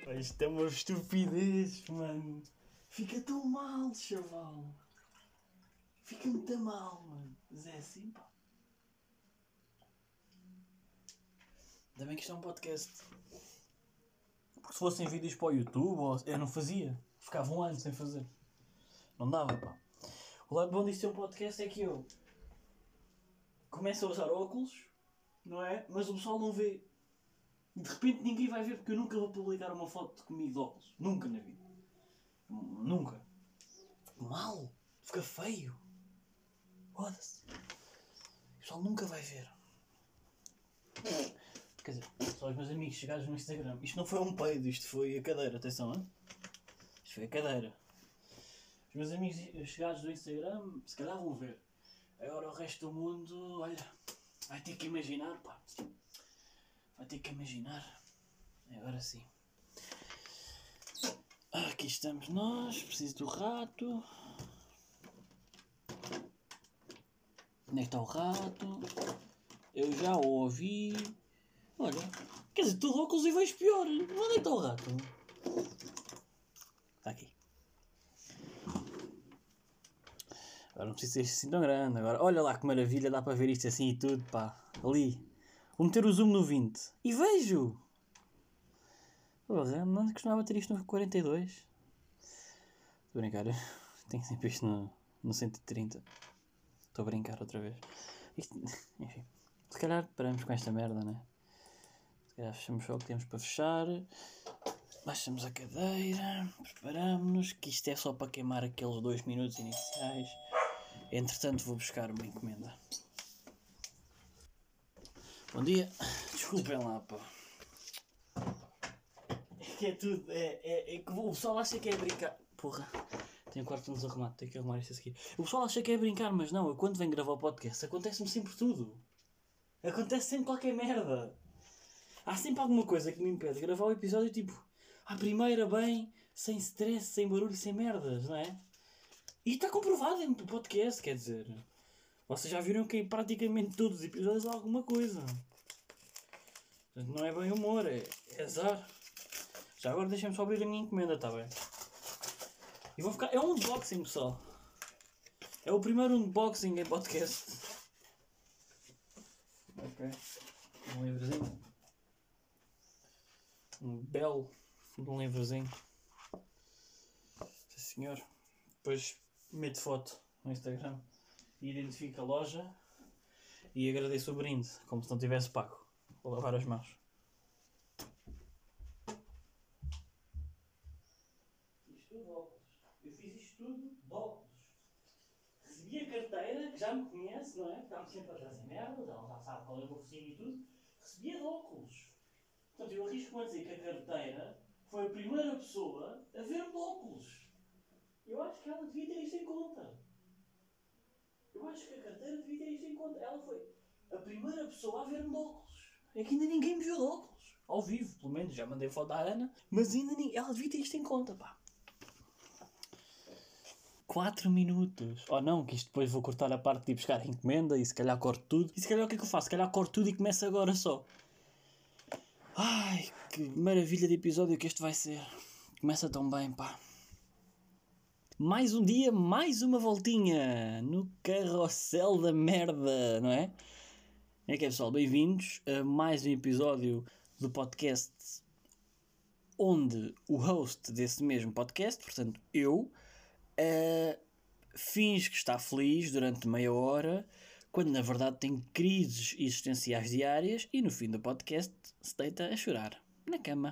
Isto é uma estupidez, mano. Fica tão mal, chaval. Fica muito mal, mano. Mas é assim, pá. Ainda bem que isto é um podcast. Porque se fossem vídeos para o YouTube, eu não fazia. Ficava um ano sem fazer. Não dava, pá. O lado bom disto ser um podcast é que eu começo a usar óculos, não é? Mas o pessoal não vê. De repente ninguém vai ver porque eu nunca vou publicar uma foto comigo de óculos. Nunca na vida. Nunca. Mal. Fica feio. Foda-se. O pessoal nunca vai ver. Quer dizer, só os meus amigos chegados no Instagram. Isto não foi um peido, isto foi a cadeira. Atenção, hein? Isto foi a cadeira. Os meus amigos chegados do Instagram, se calhar vão ver. Agora o resto do mundo, olha, vai ter que imaginar, pá. Vai ter que imaginar. Agora sim. Aqui estamos nós, preciso do rato. Onde é que está o rato? Eu já o ouvi. Olha, quer dizer, estou de óculos e vejo pior. Onde é que está o rato? Está aqui. Agora não precisa ser assim tão grande. Agora, olha lá que maravilha, dá para ver isto assim e tudo, pá. Ali. Vou meter o zoom no 20. E vejo! Porra, não costumava ter isto no 42. Estou a brincar. Tenho sempre isto no 130. Estou a brincar outra vez. Isto, enfim. Se calhar paramos com esta merda, né? Se calhar fechamos só o que temos para fechar. Baixamos a cadeira. Preparamos-nos. Que isto é só para queimar aqueles 2 minutos iniciais. Entretanto vou buscar uma encomenda. Bom dia. Desculpem lá, pá. É que é tudo. É que o pessoal acha que é brincar. Porra. Tenho o quarto desarrumado. Tenho que arrumar isto a seguir. O pessoal acha que é brincar, mas não. Eu quando venho gravar o podcast acontece-me sempre tudo. Acontece sempre qualquer merda. Há sempre alguma coisa que me impede de gravar o episódio tipo. À primeira bem, sem stress, sem barulho, sem merdas, não é? E está comprovado no podcast, quer dizer. Vocês já viram que em praticamente todos os episódios há alguma coisa. Portanto, não é bem humor, é azar. Já agora deixem-me só abrir a minha encomenda, está bem? E vou ficar... É um unboxing, pessoal. É o primeiro unboxing em podcast. Ok. Um livrozinho. Um belo de um livrozinho. Sim, senhor. Depois meto foto no Instagram e identifico a loja e agradeço o brinde, como se não tivesse pago. Vou lavar as mãos. Fiz tudo de óculos. Eu fiz isto tudo de óculos. Recebi a carteira, que já me conhece, não é? Está-me sempre a trazer merdas, ela já sabe qual é o focinho e tudo. Recebia de óculos. Portanto, eu arrisco-me a dizer que a carteira foi a primeira pessoa a ver-me de óculos. Eu acho que ela devia ter isto em conta. Eu acho que a carteira devia ter isto em conta. Ela foi a primeira pessoa a ver-me de óculos. É que ainda ninguém me viu de óculos. Ao vivo, pelo menos. Já mandei foto à Ana. Mas ainda ninguém... Ela devia ter isto em conta, pá. 4 minutos. Oh não, que isto depois vou cortar a parte de ir buscar a encomenda e se calhar corto tudo. E se calhar o que é que eu faço? Se calhar corto tudo e começo agora só. Ai, que maravilha de episódio que este vai ser. Começa tão bem, pá. Mais um dia, mais uma voltinha no carrossel da merda, não é? É que é, pessoal, bem-vindos a mais um episódio do podcast onde o host desse mesmo podcast, portanto eu, finge que está feliz durante meia hora, quando na verdade tem crises existenciais diárias e no fim do podcast se deita a chorar na cama.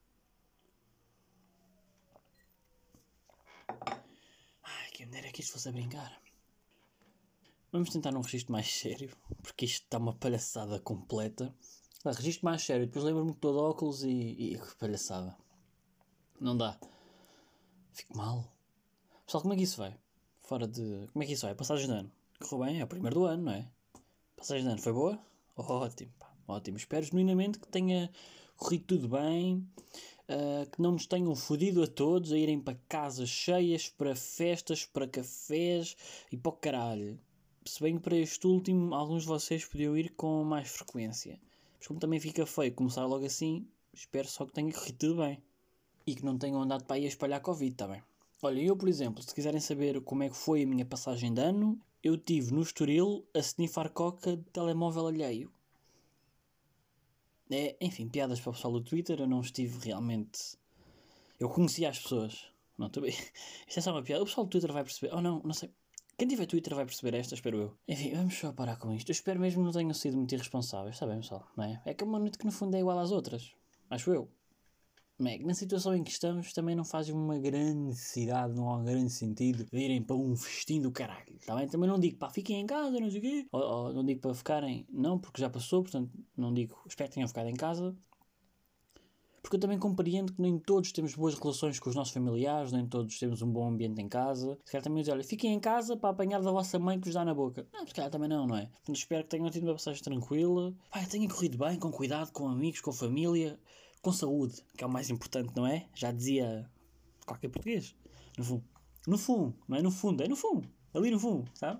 Ai, quem me dera que isto fosse a brincar. Vamos tentar um registro mais sério, porque isto está uma palhaçada completa. Registro mais sério, depois lembro-me que estou de óculos e que palhaçada. Não dá. Fico mal. Pessoal, como é que isso vai? Como é que isso vai? Passagem de ano. Correu bem? É o primeiro do ano, não é? Passagem de ano foi boa? Ótimo, pá. Ótimo. Espero genuinamente que tenha corrido tudo bem. Que não nos tenham fodido a todos a irem para casas cheias, para festas, para cafés e para o caralho. Se bem que para este último, alguns de vocês podiam ir com mais frequência. Mas como também fica feio começar logo assim, espero só que tenha corrido tudo bem. e que não tenham andado para aí a espalhar Covid, está bem? Olha, eu, por exemplo, se quiserem saber como é que foi a minha passagem de ano, eu estive no Estoril a snifar coca de telemóvel alheio. Enfim, piadas para o pessoal do Twitter, eu não estive realmente... Eu conhecia as pessoas. Não, estou bem. Isto é só uma piada. O pessoal do Twitter vai perceber... Oh não, não sei. Quem tiver Twitter vai perceber esta, espero eu. Enfim, vamos só parar com isto. Eu espero mesmo que não tenham sido muito irresponsáveis, está bem, pessoal? Não é? É que é uma noite que no fundo é igual às outras. Acho eu. Não é? Na situação em que estamos também não faz uma grande necessidade, não há um grande sentido de irem para um festim do caralho, está bem? Também não digo, pá, fiquem em casa, não sei o quê. Ou não digo para ficarem, não, porque já passou, portanto não digo, espero que tenham ficado em casa. Porque eu também compreendo que nem todos temos boas relações com os nossos familiares, nem todos temos um bom ambiente em casa. Se calhar também dizer, olha, fiquem em casa para apanhar da vossa mãe que vos dá na boca. Não, se calhar também não, não é? Portanto, espero que tenham tido uma passagem tranquila. Pá, tenham corrido bem, com cuidado, com amigos, com família, com saúde, que é o mais importante, não é? Já dizia qualquer português. No fundo. No fundo, não é no fundo, é no fundo. Ali no fundo, sabe?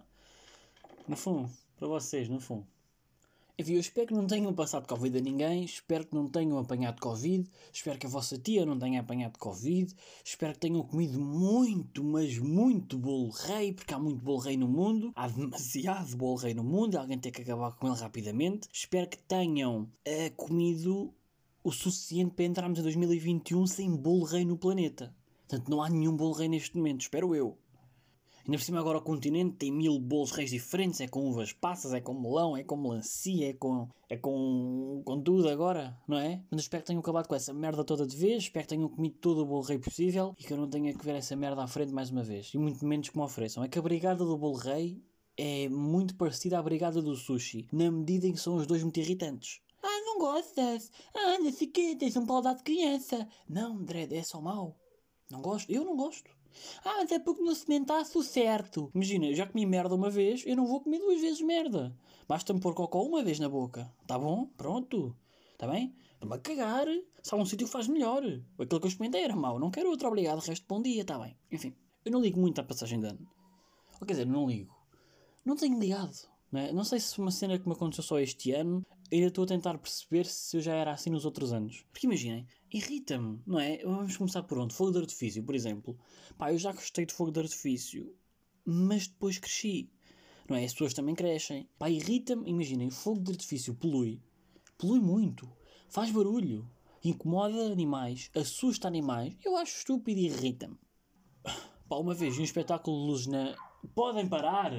No fundo, para vocês, no fundo. Enfim, eu espero que não tenham passado Covid a ninguém, espero que não tenham apanhado Covid, espero que a vossa tia não tenha apanhado Covid, espero que tenham comido muito, mas muito bolo rei, porque há muito bolo rei no mundo, há demasiado bolo rei no mundo e alguém tem que acabar com ele rapidamente. Espero que tenham comido o suficiente para entrarmos em 2021 sem bolo rei no planeta. Portanto, não há nenhum bolo rei neste momento, espero eu. Ainda por cima agora o continente tem 1000 bolos reis diferentes, é com uvas passas, é com melão, é com melancia, é com tudo agora, não é? Mas espero que tenham acabado com essa merda toda de vez, espero que tenham comido todo o bolo rei possível e que eu não tenha que ver essa merda à frente mais uma vez. E muito menos que me ofereçam. É que a brigada do bolo rei é muito parecida à brigada do sushi, na medida em que são os dois muito irritantes. Ah, não gostas? Ah, não sei o quê, tens um paladar de criança. Não, Dredd, é só mau. Não gosto, eu não gosto. Ah, mas é porque não cimentasse o certo. Imagina, eu já comi merda uma vez, eu não vou comer 2 vezes merda. Basta-me pôr cocó uma vez na boca. Tá bom? Pronto. Tá bem? Estou-me a cagar. Se há um sítio que faz melhor. Aquilo que eu experimentei era mau. Não quero outro, obrigado. Resto de bom dia, tá bem. Enfim, eu não ligo muito à passagem de ano. Ou quer dizer, não ligo. Não tenho ligado. Não é? Não sei se uma cena que me aconteceu só este ano, ainda estou a tentar perceber se eu já era assim nos outros anos. Porque imaginem, irrita-me, não é? Vamos começar por onde? Fogo de artifício, por exemplo. Pá, eu já gostei de fogo de artifício, mas depois cresci. Não é? As pessoas também crescem. Pá, irrita-me, imaginem, fogo de artifício polui. Polui muito. Faz barulho. Incomoda animais. Assusta animais. Eu acho estúpido e irrita-me. Pá, uma vez vi um espetáculo de luzes na... Podem parar!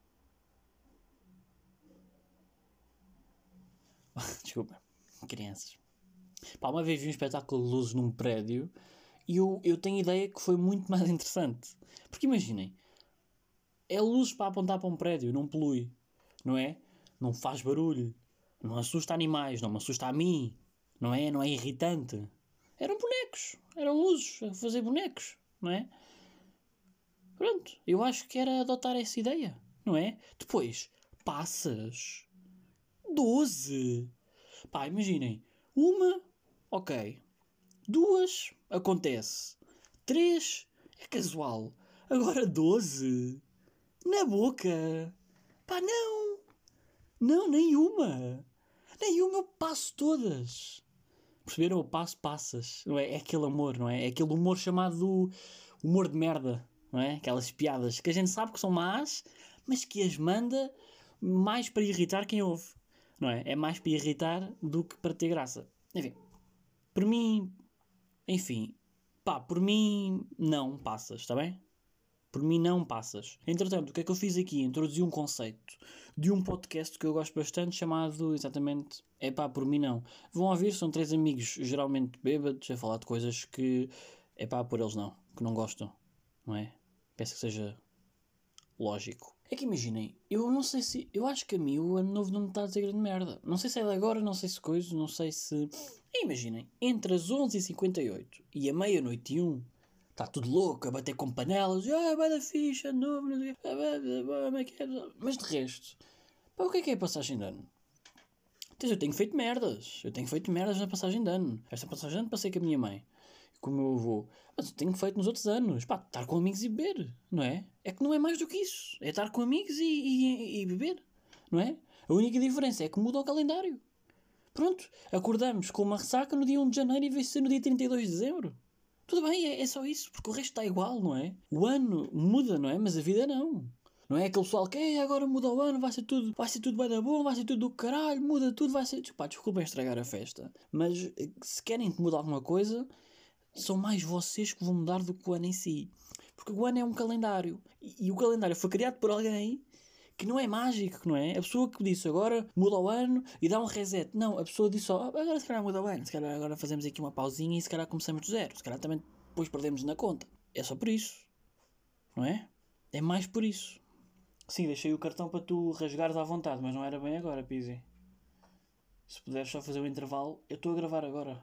Desculpa, crianças. Pá, uma vez vi um espetáculo de luzes num prédio e eu tenho a ideia que foi muito mais interessante. Porque imaginem, é luzes para apontar para um prédio, não polui, não é? Não faz barulho, não assusta animais, não me assusta a mim, não é? Não é irritante. Eram bonecos, eram luzes a fazer bonecos, não é? Pronto, eu acho que era adotar essa ideia, não é? Depois, passas. 12! Pá, imaginem. Uma, ok. 2, acontece. 3, é casual. Agora 12, na boca. Pá, não. Não, nenhuma. Nenhuma, eu passo todas. Perceberam? Eu passo passas. Não é? É aquele amor, não é? É aquele humor chamado humor de merda, não é? Aquelas piadas que a gente sabe que são más, mas que as manda mais para irritar quem ouve. Não é? É mais para irritar do que para ter graça. Enfim, por mim, enfim, pá, por mim não passas, está bem? Por mim não passas. Entretanto, o que é que eu fiz aqui? Introduzi um conceito de um podcast que eu gosto bastante chamado, exatamente, é pá, por mim não. Vão ouvir, são 3 amigos geralmente bêbados a falar de coisas que, é pá, por eles não, que não gostam, não é? Peço que seja lógico. É que imaginem, eu não sei se... Eu acho que a mim o ano novo não me está a dizer grande merda. Não sei se é de agora, não sei se coisa, não sei se... Imaginem, entre as 11h58 e a meia-noite e 1, está tudo louco, a bater com panelas, vai da ficha, novo, não sei o quê, mas de resto, pá, o que é a passagem de ano? Então, eu tenho feito merdas na passagem de ano. Esta passagem de ano passei com a minha mãe, com o meu avô, mas eu tenho feito nos outros anos, pá, estar com amigos e beber, não é? É que não é mais do que isso, é estar com amigos e beber, não é? A única diferença é que muda o calendário. Pronto, acordamos com uma ressaca no dia 1 de janeiro e vai ser no dia 32 de dezembro. Tudo bem, é só isso, porque o resto está igual, não é? O ano muda, não é? Mas a vida não. Não é aquele pessoal que agora muda o ano, vai ser tudo bem da bom, vai ser tudo do caralho, muda tudo, vai ser... Pá, desculpem estragar a festa, mas se querem que mude alguma coisa, são mais vocês que vão mudar do que o ano em si. Porque o ano é um calendário, e o calendário foi criado por alguém que não é mágico, não é? A pessoa que disse agora muda o ano e dá um reset. Não, a pessoa disse só, agora se calhar muda o ano, se calhar agora fazemos aqui uma pausinha e se calhar começamos do zero. Se calhar também depois perdemos na conta. É só por isso, não é? É mais por isso. Sim, deixei o cartão para tu rasgares à vontade, mas não era bem agora, Pizzi. Se puderes só fazer o intervalo, eu estou a gravar agora.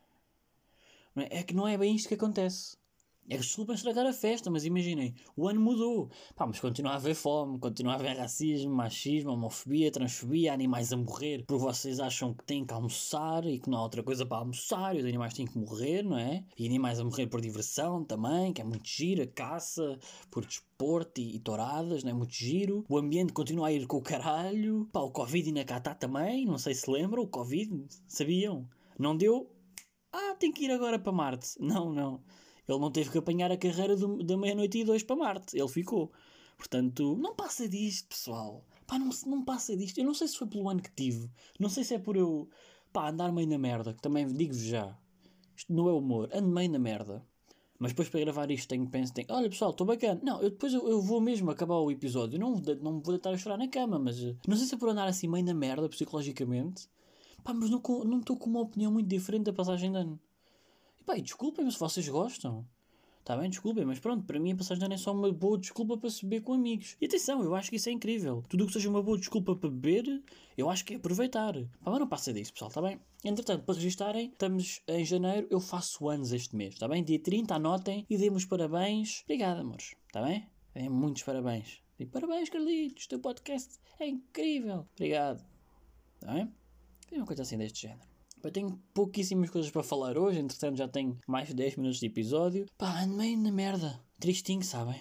Não é? É que não é bem isto que acontece. É que desculpem estragar a festa, mas imaginem, o ano mudou. Pá, mas continua a haver fome, continua a haver racismo, machismo, homofobia, transfobia, animais a morrer porque vocês acham que têm que almoçar e que não há outra coisa para almoçar e os animais têm que morrer, não é? E animais a morrer por diversão também, que é muito giro, a caça, por desporto e touradas, não é muito giro. O ambiente continua a ir com o caralho. Pá, o Covid ainda cá está também, não sei se lembram, o Covid, sabiam? Não deu? Tem que ir agora para Marte. Não. Ele não teve que apanhar a carreira da meia-noite e 2 para Marte. Ele ficou. Portanto, não passa disto, pessoal. Pá, não passa disto. Eu não sei se foi pelo ano que tive. Não sei se é por eu, andar meio na merda. Que também digo-vos já. Isto não é humor. Ando meio na merda. Mas depois para gravar isto tenho olha pessoal, estou bacana. Não, depois eu vou mesmo acabar o episódio. Não me vou deitar a chorar na cama, mas não sei se é por andar assim meio na merda psicologicamente. Pá, mas não estou com uma opinião muito diferente da passagem de ano. E pá, desculpem-me se vocês gostam. Está bem, desculpem, mas pronto, para mim a passagem de ano é só uma boa desculpa para se beber com amigos. E atenção, eu acho que isso é incrível. Tudo o que seja uma boa desculpa para beber, eu acho que é aproveitar. Pá, mas não passa disso, pessoal, está bem? Entretanto, para registarem, estamos em janeiro, eu faço anos este mês, está bem? Dia 30, anotem e dê-me os parabéns. Obrigado, amores, está bem? É muitos parabéns. E parabéns, Carlitos, o teu podcast é incrível. Obrigado. Está bem? É uma coisa assim deste género. Eu tenho pouquíssimas coisas para falar hoje, entretanto já tenho mais de 10 minutos de episódio. Pá, ando meio na merda. Tristinho, sabem?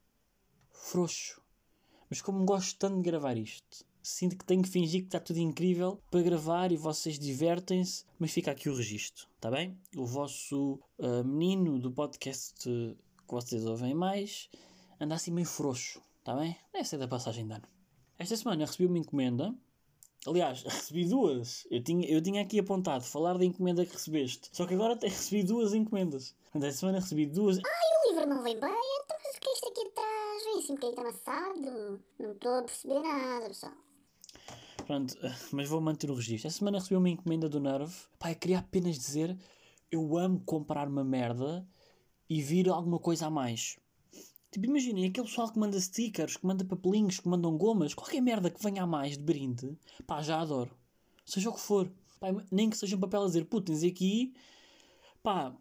Frouxo. Mas como gosto tanto de gravar isto, sinto que tenho que fingir que está tudo incrível para gravar e vocês divertem-se, mas fica aqui o registro, está bem? O vosso menino do podcast que vocês ouvem mais anda assim meio frouxo, está bem? Deve ser da passagem de ano. Esta semana recebi uma encomenda. Aliás, recebi duas. Eu tinha aqui apontado falar da encomenda que recebeste. Só que agora recebi duas encomendas. Esta semana recebi duas. O livro não vem bem, então mas o que é isto aqui atrás? Vem assim um bocadinho amassado. Não estou a perceber nada, pessoal. Pronto, mas vou manter o registro. Esta semana recebi uma encomenda do Nerve. Pá, eu queria apenas dizer, eu amo comprar uma merda e vir alguma coisa a mais. Tipo, imaginem, aquele pessoal que manda stickers, que manda papelinhos, que mandam gomas, qualquer merda que venha a mais de brinde, pá, já adoro. Seja o que for. Pá, nem que seja um papel a dizer, tens aqui, pá,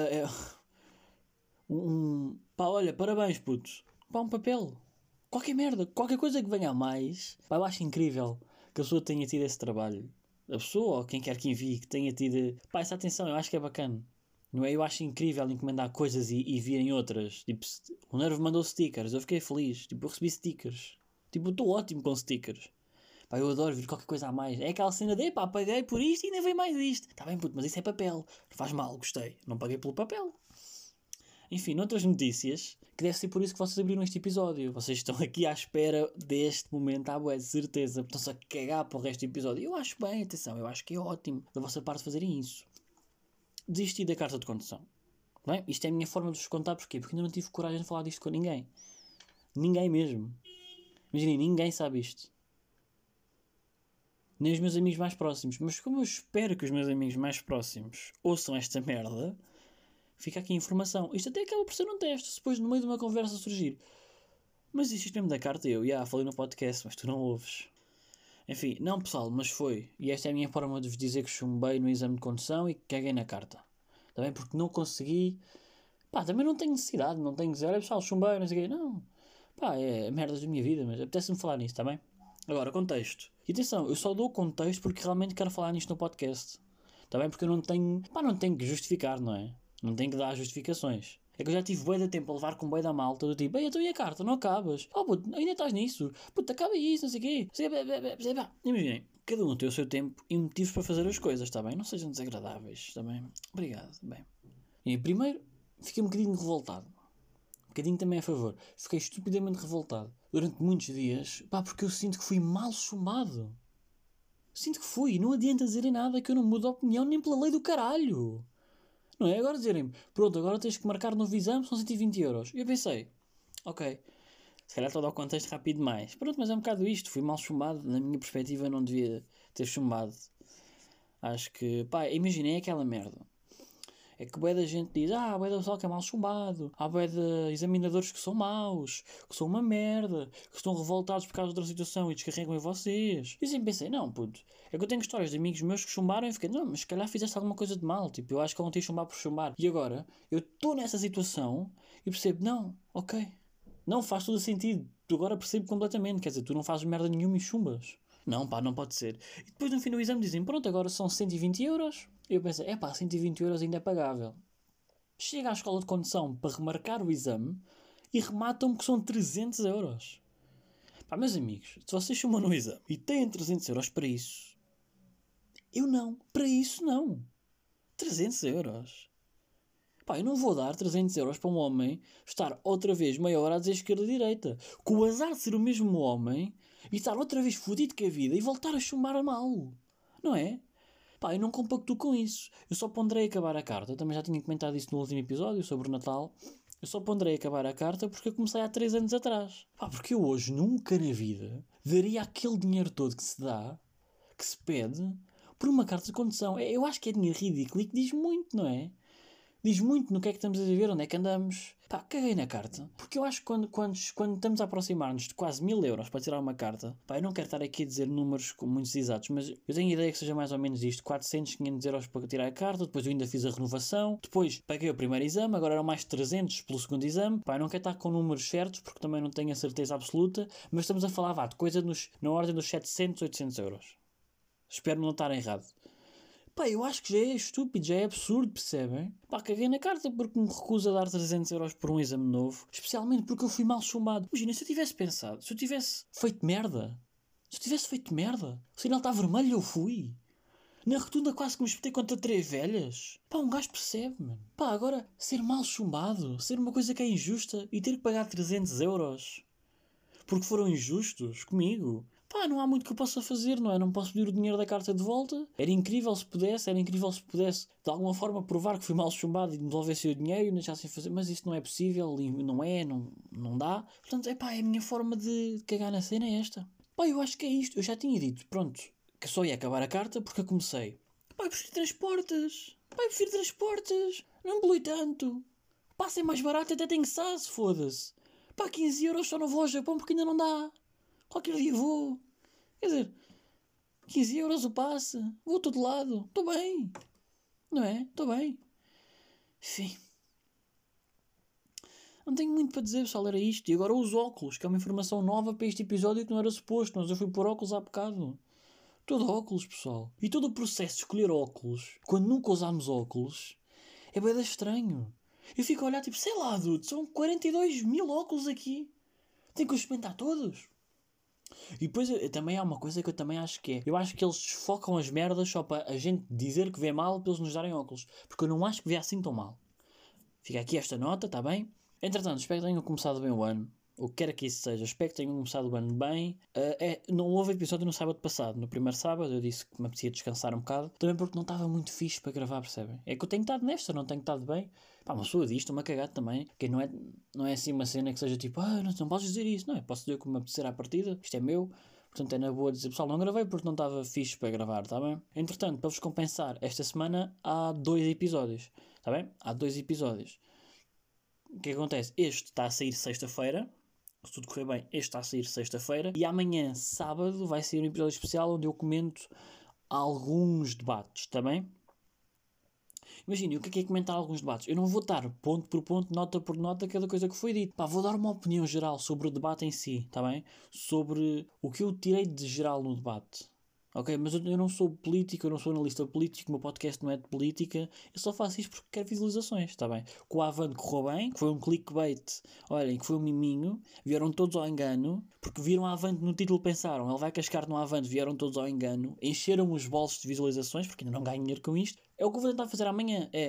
pá, olha, parabéns, putos. Pá, um papel. Qualquer merda, qualquer coisa que venha a mais. Pá, eu acho incrível que a pessoa tenha tido esse trabalho. A pessoa, ou quem quer que envie, que tenha tido... Pá, essa atenção, eu acho que é bacana. Não é? Eu acho incrível encomendar coisas e virem outras. Tipo, o Nervo mandou stickers, eu fiquei feliz. Tipo, eu recebi stickers. Tipo, eu estou ótimo com stickers. Pá, eu adoro vir qualquer coisa a mais. É aquela cena de, pá, paguei por isto e ainda vem mais isto. Está bem, puto, mas isso é papel. Não faz mal, gostei. Não paguei pelo papel. Enfim, noutras notícias, que deve ser por isso que vocês abriram este episódio. Vocês estão aqui à espera deste momento, bué, de certeza. Estão-se a cagar para o resto do episódio. Eu acho bem, atenção, eu acho que é ótimo da vossa parte fazerem isso. Desisti da carta de condução. Bem, isto é a minha forma de vos contar porquê? Porque ainda não tive coragem de falar disto com ninguém. Ninguém mesmo. Imaginem, ninguém sabe isto. Nem os meus amigos mais próximos. Mas como eu espero que os meus amigos mais próximos ouçam esta merda, fica aqui a informação. Isto até acaba por ser um teste. Se depois no meio de uma conversa surgir, mas isto mesmo da carta, eu falei no podcast, mas tu não ouves. Enfim, não pessoal, mas foi. E esta é a minha forma de vos dizer que chumbei no exame de condução e que caguei na carta. Também porque não consegui. Pá, também não tenho necessidade, não tenho que dizer, olha pessoal, chumbei, não sei o quê. Não. Pá, é merdas da minha vida, mas apetece-me falar nisso, está bem? Agora, contexto. E atenção, eu só dou contexto porque realmente quero falar nisto no podcast. Está bem? Porque eu não tenho. Pá, não tenho que justificar, não é? Não tenho que dar justificações. É que eu já tive bué de tempo a levar com bué da malta, do tipo, então e a carta, não acabas? Oh puto, ainda estás nisso. Puto, acaba isso, não sei o quê. Imaginem, cada um tem o seu tempo e motivos para fazer as coisas, está bem? Não sejam desagradáveis, está bem? Obrigado, bem. E primeiro, fiquei um bocadinho revoltado. Um bocadinho também a favor. Fiquei estupidamente revoltado durante muitos dias, pá, porque eu sinto que fui mal chumbado. Sinto que fui. Não adianta dizerem nada que eu não mudo de opinião nem pela lei do caralho. Não é? Agora dizerem-me, pronto, agora tens que marcar novo exame, são 120€. E eu pensei, ok, se calhar todo ao contexto rápido demais. Pronto, mas é um bocado isto. Fui mal chumbado. Na minha perspectiva, não devia ter chumbado. Acho que, pá, imaginei aquela merda. É que bué da gente diz, bué da pessoal que é mal chumbado, há bué de examinadores que são maus, que são uma merda, que estão revoltados por causa da situação e descarregam em vocês. E sempre pensei, não, puto, é que eu tenho histórias de amigos meus que chumbaram e fiquei, não, mas se calhar fizeste alguma coisa de mal, tipo, eu acho que eu não tenho chumbar por chumbar. E agora, eu estou nessa situação e percebo, não, ok, não faz todo sentido, tu agora percebo completamente, quer dizer, tu não fazes merda nenhuma e chumbas. Não, pá, não pode ser. E depois no fim do exame dizem, pronto, agora são 120€. E eu pensei, 120€ ainda é pagável. Chego à escola de condução para remarcar o exame e rematam-me que são 300€. Pá, meus amigos, se vocês chamam no exame e têm 300€ para isso, eu não. Para isso, não. 300€. Pá, eu não vou dar 300€ para um homem estar outra vez meia hora a dizer esquerda e direita. Com o azar de ser o mesmo homem e estar outra vez fodido com a vida e voltar a chumbar a mal. Não é? Pá, eu não compacto com isso. Eu só ponderei acabar a carta. Eu também já tinha comentado isso no último episódio sobre o Natal. Eu só ponderei acabar a carta porque eu comecei há 3 anos atrás. Pá, porque eu hoje nunca na vida daria aquele dinheiro todo que se dá, que se pede, por uma carta de condução. Eu acho que é dinheiro ridículo e que diz muito, não é? Diz muito no que é que estamos a viver, onde é que andamos. Pá, caguei na carta. Porque eu acho que quando estamos a aproximar-nos de quase 1000€ para tirar uma carta, pá, eu não quero estar aqui a dizer números com muitos exatos, mas eu tenho a ideia que seja mais ou menos isto: 400, 500€ para tirar a carta, depois eu ainda fiz a renovação, depois paguei o primeiro exame, agora eram mais 300 pelo segundo exame. Pá, eu não quero estar com números certos, porque também não tenho a certeza absoluta, mas estamos a falar, de coisa na ordem dos 700, 800€. Espero não estar errado. Pá, eu acho que já é estúpido, já é absurdo, percebem? Pá, caguei na carta porque me recuso a dar 300€ por um exame novo. Especialmente porque eu fui mal chumbado. Imagina, se eu tivesse pensado, se eu tivesse feito merda. O sinal está vermelho, eu fui. Na rotunda quase que me espetei contra 3 velhas. Pá, um gajo percebe, mano. Pá, agora, ser mal chumbado, ser uma coisa que é injusta e ter que pagar 300€ porque foram injustos comigo. Pá, não há muito que eu possa fazer, não é? Não posso pedir o dinheiro da carta de volta. Era incrível se pudesse de alguma forma provar que fui mal chumbado e me devolvesse o dinheiro e não deixassem fazer, mas isso não é possível e não dá. Portanto, é a minha forma de cagar na cena é esta. Pá, eu acho que é isto. Eu já tinha dito, pronto, que só ia acabar a carta porque eu comecei. Pá, eu prefiro transportes. Não bolei tanto. Pá, se é mais barato até tenho SAS, foda-se. Pá, 15€ só não vou ao Japão porque ainda não dá. Qualquer dia vou. Quer dizer, 15€ o passe. Vou a todo lado. Estou bem. Não é? Estou bem. Enfim. Não tenho muito para dizer, pessoal. Era isto. E agora os óculos, que é uma informação nova para este episódio que não era suposto. Mas eu fui por óculos há bocado. Todo óculos, pessoal. E todo o processo de escolher óculos, quando nunca usámos óculos, é bem estranho. Eu fico a olhar tipo, sei lá, dude, são 42 mil óculos aqui. Tenho que os experimentar todos. E depois também há uma coisa que eu também acho que é. Eu acho que eles desfocam as merdas só para a gente dizer que vê mal para eles nos darem óculos. Porque eu não acho que vê assim tão mal. Fica aqui esta nota, está bem? Entretanto, espero que tenham começado bem o ano. O que quer que isso seja, espero que tenham começado o ano bem. Não houve episódio no sábado passado. No primeiro sábado eu disse que me apetecia descansar um bocado. Também porque não estava muito fixe para gravar, percebem? É que eu tenho estado nesta, não tenho estado bem. Pá, uma pessoa diz, estou-me a cagar também. Que não é assim uma cena que seja tipo, não podes dizer isso. Não é, posso dizer como me apetecer à partida. Isto é meu. Portanto é na boa dizer, pessoal, não gravei porque não estava fixe para gravar, está bem? Entretanto, para vos compensar, esta semana há 2 episódios. Está bem? Há 2 episódios. O que acontece? Este está a sair sexta-feira. Se tudo correr bem, este está a sair sexta-feira. E amanhã, sábado, vai sair um episódio especial onde eu comento alguns debates, está bem? Imaginem, o que é comentar alguns debates? Eu não vou dar ponto por ponto, nota por nota, cada coisa que foi dito. Pá, vou dar uma opinião geral sobre o debate em si, está bem? Sobre o que eu tirei de geral no debate. Ok? Mas eu não sou político, eu não sou analista político, o meu podcast não é de política. Eu só faço isto porque quero visualizações, está bem? Com o Avante correu bem, que foi um clickbait, olhem, que foi um miminho. Vieram todos ao engano, porque viram a Avante no título, pensaram, ele vai cascar no Avante, vieram todos ao engano. Encheram os bolsos de visualizações, porque ainda não ganho dinheiro com isto. É o que eu vou tentar fazer amanhã, é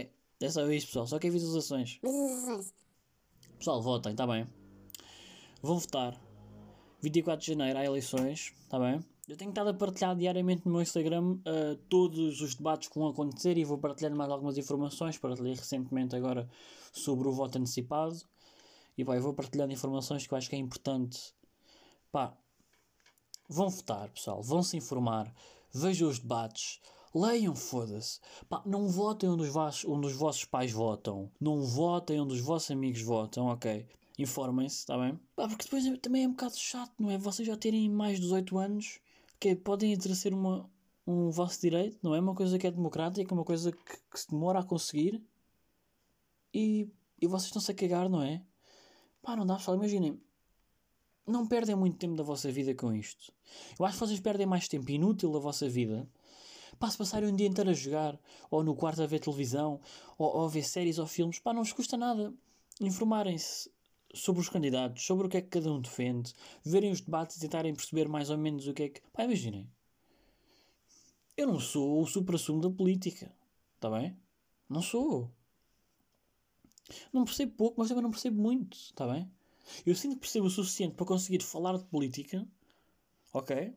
É só isso, pessoal. Só quer visualizações. Visualizações. Pessoal, votem, está bem? Vão votar. 24 de janeiro há eleições, está bem? Eu tenho estado a partilhar diariamente no meu Instagram todos os debates que vão acontecer e vou partilhar mais algumas informações. Partilhei recentemente agora sobre o voto antecipado. E pá, eu vou partilhando informações que eu acho que é importante. Pá, vão votar, pessoal. Vão se informar. Vejam os debates. Leiam, foda-se. Pá, não votem onde os vossos pais votam. Não votem onde os vossos amigos votam, ok? Informem-se, está bem? Pá, porque depois também é um bocado chato, não é? Vocês já terem mais de 18 anos, que podem exercer um vosso direito, não é? Uma coisa que é democrática, uma coisa que se demora a conseguir. E vocês estão-se a cagar, não é? Pá, não dá, pessoal, imaginem. Não perdem muito tempo da vossa vida com isto. Eu acho que vocês perdem mais tempo inútil da vossa vida para se passarem um dia inteiro a jogar, ou no quarto a ver televisão, ou a ver séries ou filmes. Pá, não vos custa nada. Informarem-se sobre os candidatos, sobre o que é que cada um defende, verem os debates e tentarem perceber mais ou menos o que é que... Pá, imaginem. Eu não sou o supra-sumo da política. Está bem? Não sou. Não percebo pouco, mas também não percebo muito. Está bem? Eu sinto que percebo o suficiente para conseguir falar de política. Ok?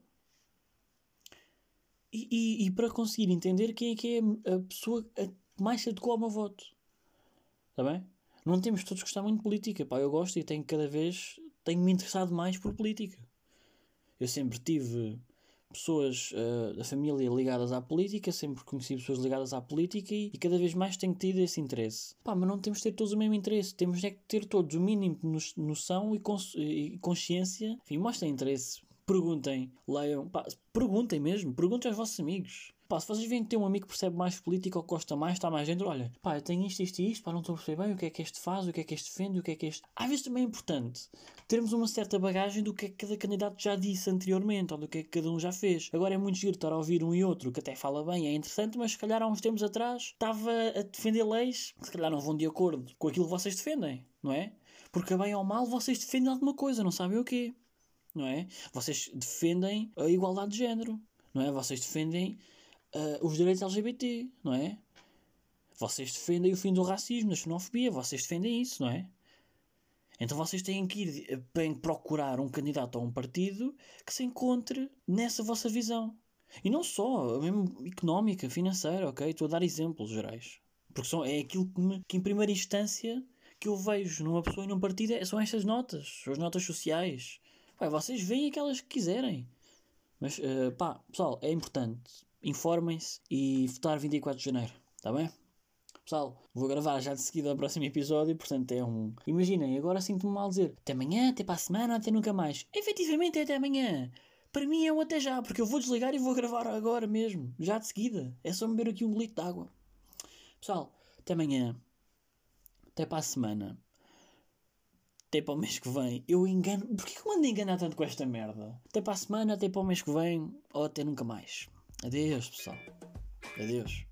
E para conseguir entender quem é que é a pessoa que mais se adequa ao meu voto. Está bem? Não temos todos que gostar muito de política. Pá, eu gosto e tenho-me interessado mais por política. Eu sempre tive pessoas da família ligadas à política, sempre conheci pessoas ligadas à política e cada vez mais tenho tido esse interesse. Pá, mas não temos de ter todos o mesmo interesse. Temos é que ter todos o mínimo de noção e consciência. Enfim, mostrem interesse. Perguntem, leiam, pá, perguntem mesmo, perguntem aos vossos amigos. Pá, se vocês veem que tem um amigo que percebe mais política ou que gosta mais, está mais dentro, olha, pá, eu tenho isto e isto, pá, não estou a perceber bem o que é que este faz, o que é que este defende, o que é que este... Às vezes também é importante termos uma certa bagagem do que é que cada candidato já disse anteriormente, ou do que é que cada um já fez. Agora é muito giro estar a ouvir um e outro que até fala bem, é interessante, mas se calhar há uns tempos atrás estava a defender leis que se calhar não vão de acordo com aquilo que vocês defendem, não é? Porque bem ou mal vocês defendem alguma coisa, não sabem o quê. Não é? Vocês defendem a igualdade de género, não é? Vocês defendem os direitos LGBT, não é? Vocês defendem o fim do racismo, da xenofobia, vocês defendem isso, não é? Então vocês têm que ir bem procurar um candidato a um partido que se encontre nessa vossa visão. E não só, mesmo económica, financeira, ok? Estou a dar exemplos gerais. Porque é aquilo que em primeira instância que eu vejo numa pessoa e num partido são estas notas, as notas sociais. Pá, vocês veem aquelas que quiserem. Mas, pá, pessoal, é importante. Informem-se e votar 24 de janeiro. Está bem? Pessoal, vou gravar já de seguida o próximo episódio. Portanto, é um... Imaginem, agora sinto-me mal dizer até amanhã, até para a semana, até nunca mais. Efetivamente é até amanhã. Para mim é um até já, porque eu vou desligar e vou gravar agora mesmo. Já de seguida. É só beber aqui um golito de água. Pessoal, até amanhã. Até para a semana. Até para o mês que vem. Eu engano. Porquê que eu ando a enganar tanto com esta merda? Até para a semana, até para o mês que vem. Ou até nunca mais. Adeus, pessoal. Adeus.